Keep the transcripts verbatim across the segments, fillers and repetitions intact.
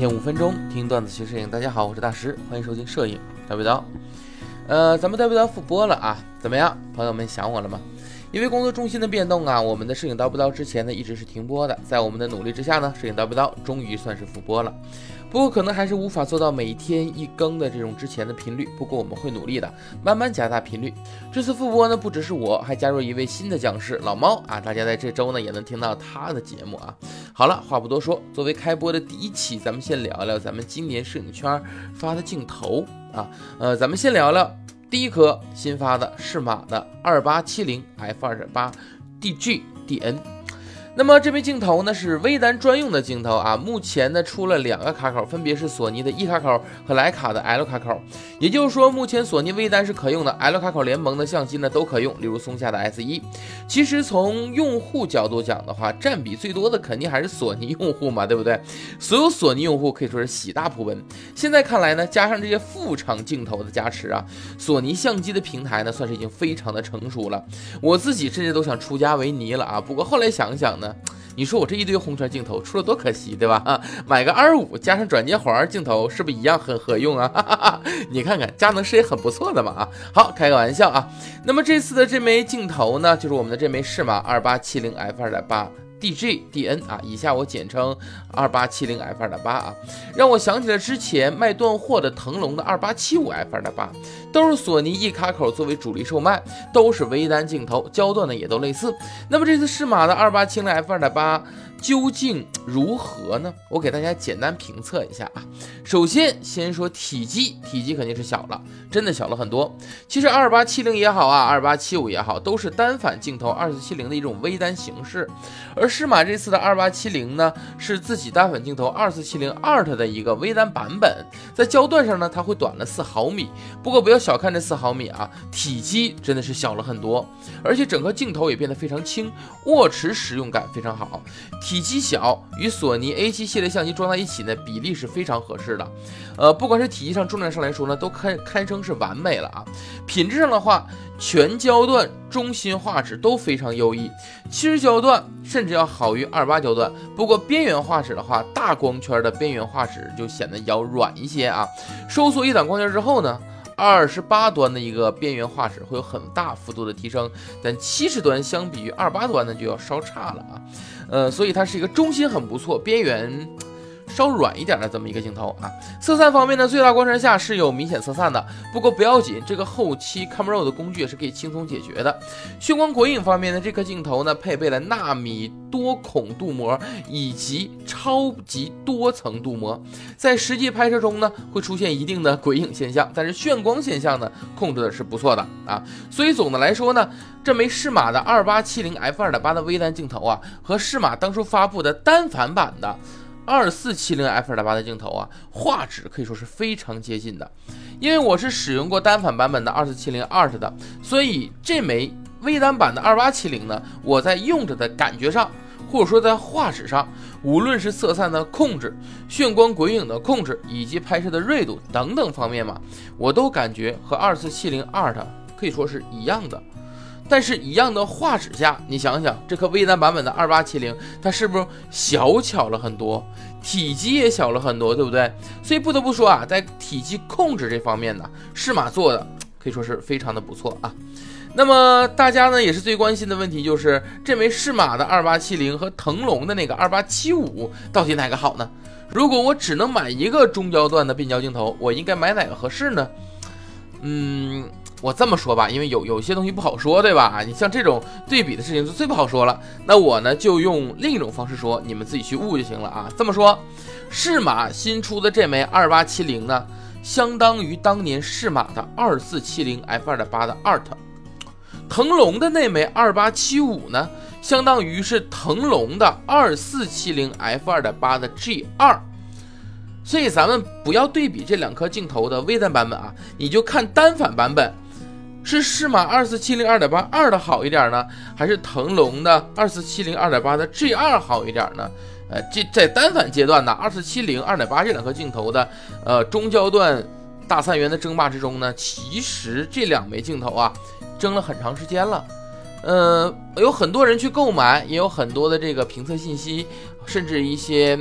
天五分钟听段子学摄影，大家好，我是大师，欢迎收听摄影叨逼叨。呃，咱们叨逼叨复播了啊，怎么样，朋友们想我了吗？因为工作重心的变动啊，我们的摄影叨逼叨之前呢一直是停播的，在我们的努力之下呢，摄影叨逼叨终于算是复播了。不过可能还是无法做到每天一更的这种之前的频率，不过我们会努力的，慢慢加大频率。这次复播呢，不只是我，还加入一位新的讲师老猫啊，大家在这周呢也能听到他的节目啊。好了，话不多说，作为开播的第一期，咱们先聊聊咱们今年摄影圈发的镜头啊。呃，咱们先聊聊第一颗新发的适马的二八七零 F 二点八 D G D N。那么这枚镜头呢是微单专用的镜头啊，目前呢出了两个卡口，分别是索尼的 E 卡口和徕卡的 L 卡口。也就是说，目前索尼微单是可用的 ，L 卡口联盟的相机呢都可用，例如松下的 S 一。其实从用户角度讲的话，占比最多的肯定还是索尼用户嘛，对不对？所有索尼用户可以说是喜大普奔。现在看来呢，加上这些副厂镜头的加持啊，索尼相机的平台呢算是已经非常的成熟了。我自己甚至都想出家为尼了啊，不过后来想想呢。你说我这一堆红圈镜头出了多可惜，对吧？啊，买个 二五 加上转接环镜头，是不是一样很合用啊？哈哈哈，你看看佳能是也很不错的嘛啊！好，开个玩笑啊。那么这次的这枚镜头呢，就是我们的这枚适马二八七零 F 二点八。D G D N 啊，以下我简称二八七零 F 二点八 啊，让我想起了之前卖断货的腾龙的二八七五 F 二点八，都是索尼 E 卡口作为主力售卖，都是微单镜头，焦段呢也都类似。那么这次适马的二八七零 F 二点八究竟如何呢？我给大家简单评测一下啊。首先先说体积，体积肯定是小了，真的小了很多。其实二八七零也好啊，二八七五也好，都是单反镜头二四七零的一种微单形式，而适马这次的二八七零呢，是自己单反镜头二四七零 Art 的一个微单版本，在焦段上呢，它会短了四毫米。不过不要小看这四毫米啊，体积真的是小了很多，而且整个镜头也变得非常轻，握持使用感非常好。体积小，与索尼 A 七 系列相机装在一起呢，比例是非常合适的。呃，不管是体积上、重量上来说呢，都堪堪称是完美了啊。品质上的话，全焦段、中心画质都非常优异，七十焦段甚至要好于二八焦段。不过边缘画质的话，大光圈的边缘画质就显得要软一些啊。收缩一档光圈之后呢，二十八端的一个边缘画质会有很大幅度的提升，但七十端相比于二八端呢就要稍差了啊。呃，所以它是一个中心很不错，边缘稍软一点的这么一个镜头啊。色散方面呢，最大光圈下是有明显色散的，不过不要紧，这个后期 Camera Raw 的工具也是可以轻松解决的。眩光鬼影方面呢，这颗镜头呢配备了纳米多孔镀膜以及超级多层镀膜，在实际拍摄中呢会出现一定的鬼影现象，但是眩光现象呢控制的是不错的啊。所以总的来说呢，这枚适马的二八七零 F 二点八 的微单镜头啊，和适马当初发布的单反版的二四七零 F 二点八 的镜头啊，画质可以说是非常接近的。因为我是使用过单反版本的二四七零 Art 的，所以这枚微单版的二八七零呢，我在用着的感觉上，或者说在画质上，无论是色散的控制、眩光鬼影的控制，以及拍摄的锐度等等方面嘛，我都感觉和二四七零 Art 可以说是一样的。但是一样的画质下，你想想这颗微单版本的二八七零，它是不是小巧了很多，体积也小了很多，对不对？所以不得不说啊，在体积控制这方面呢，适马做的可以说是非常的不错啊。那么大家呢也是最关心的问题，就是这枚适马的二八七零和腾龙的那个二八七五到底哪个好呢？如果我只能买一个中焦段的变焦镜头，我应该买哪个合适呢？嗯。我这么说吧，因为有有些东西不好说，对吧？你像这种对比的事情就最不好说了。那我呢就用另一种方式说，你们自己去悟就行了啊。这么说，适马新出的这枚二八七零呢，相当于当年适马的二四七零 F 二点八 的 Art， 腾龙的那枚二八七五呢，相当于是腾龙的二四七零 F 二点八 的 G 二。所以咱们不要对比这两颗镜头的微单版本啊，你就看单反版本。是适马二四七零 二点八 二的好一点呢，还是腾龙的二四七零 二点八 的 G 二 好一点呢？呃，这在单反阶段呢，二四七零 二点八 这两颗镜头的呃中焦段大三元的争霸之中呢，其实这两枚镜头啊争了很长时间了。呃，有很多人去购买，也有很多的这个评测信息，甚至一些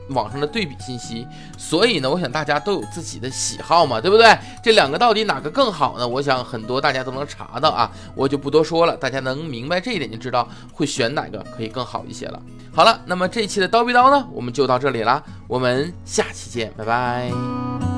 网上的对比信息，所以呢，我想大家都有自己的喜好嘛，对不对？这两个到底哪个更好呢？我想很多大家都能查到啊，我就不多说了，大家能明白这一点就知道会选哪个可以更好一些了。好了，那么这一期的刀逼刀呢，我们就到这里啦，我们下期见，拜拜。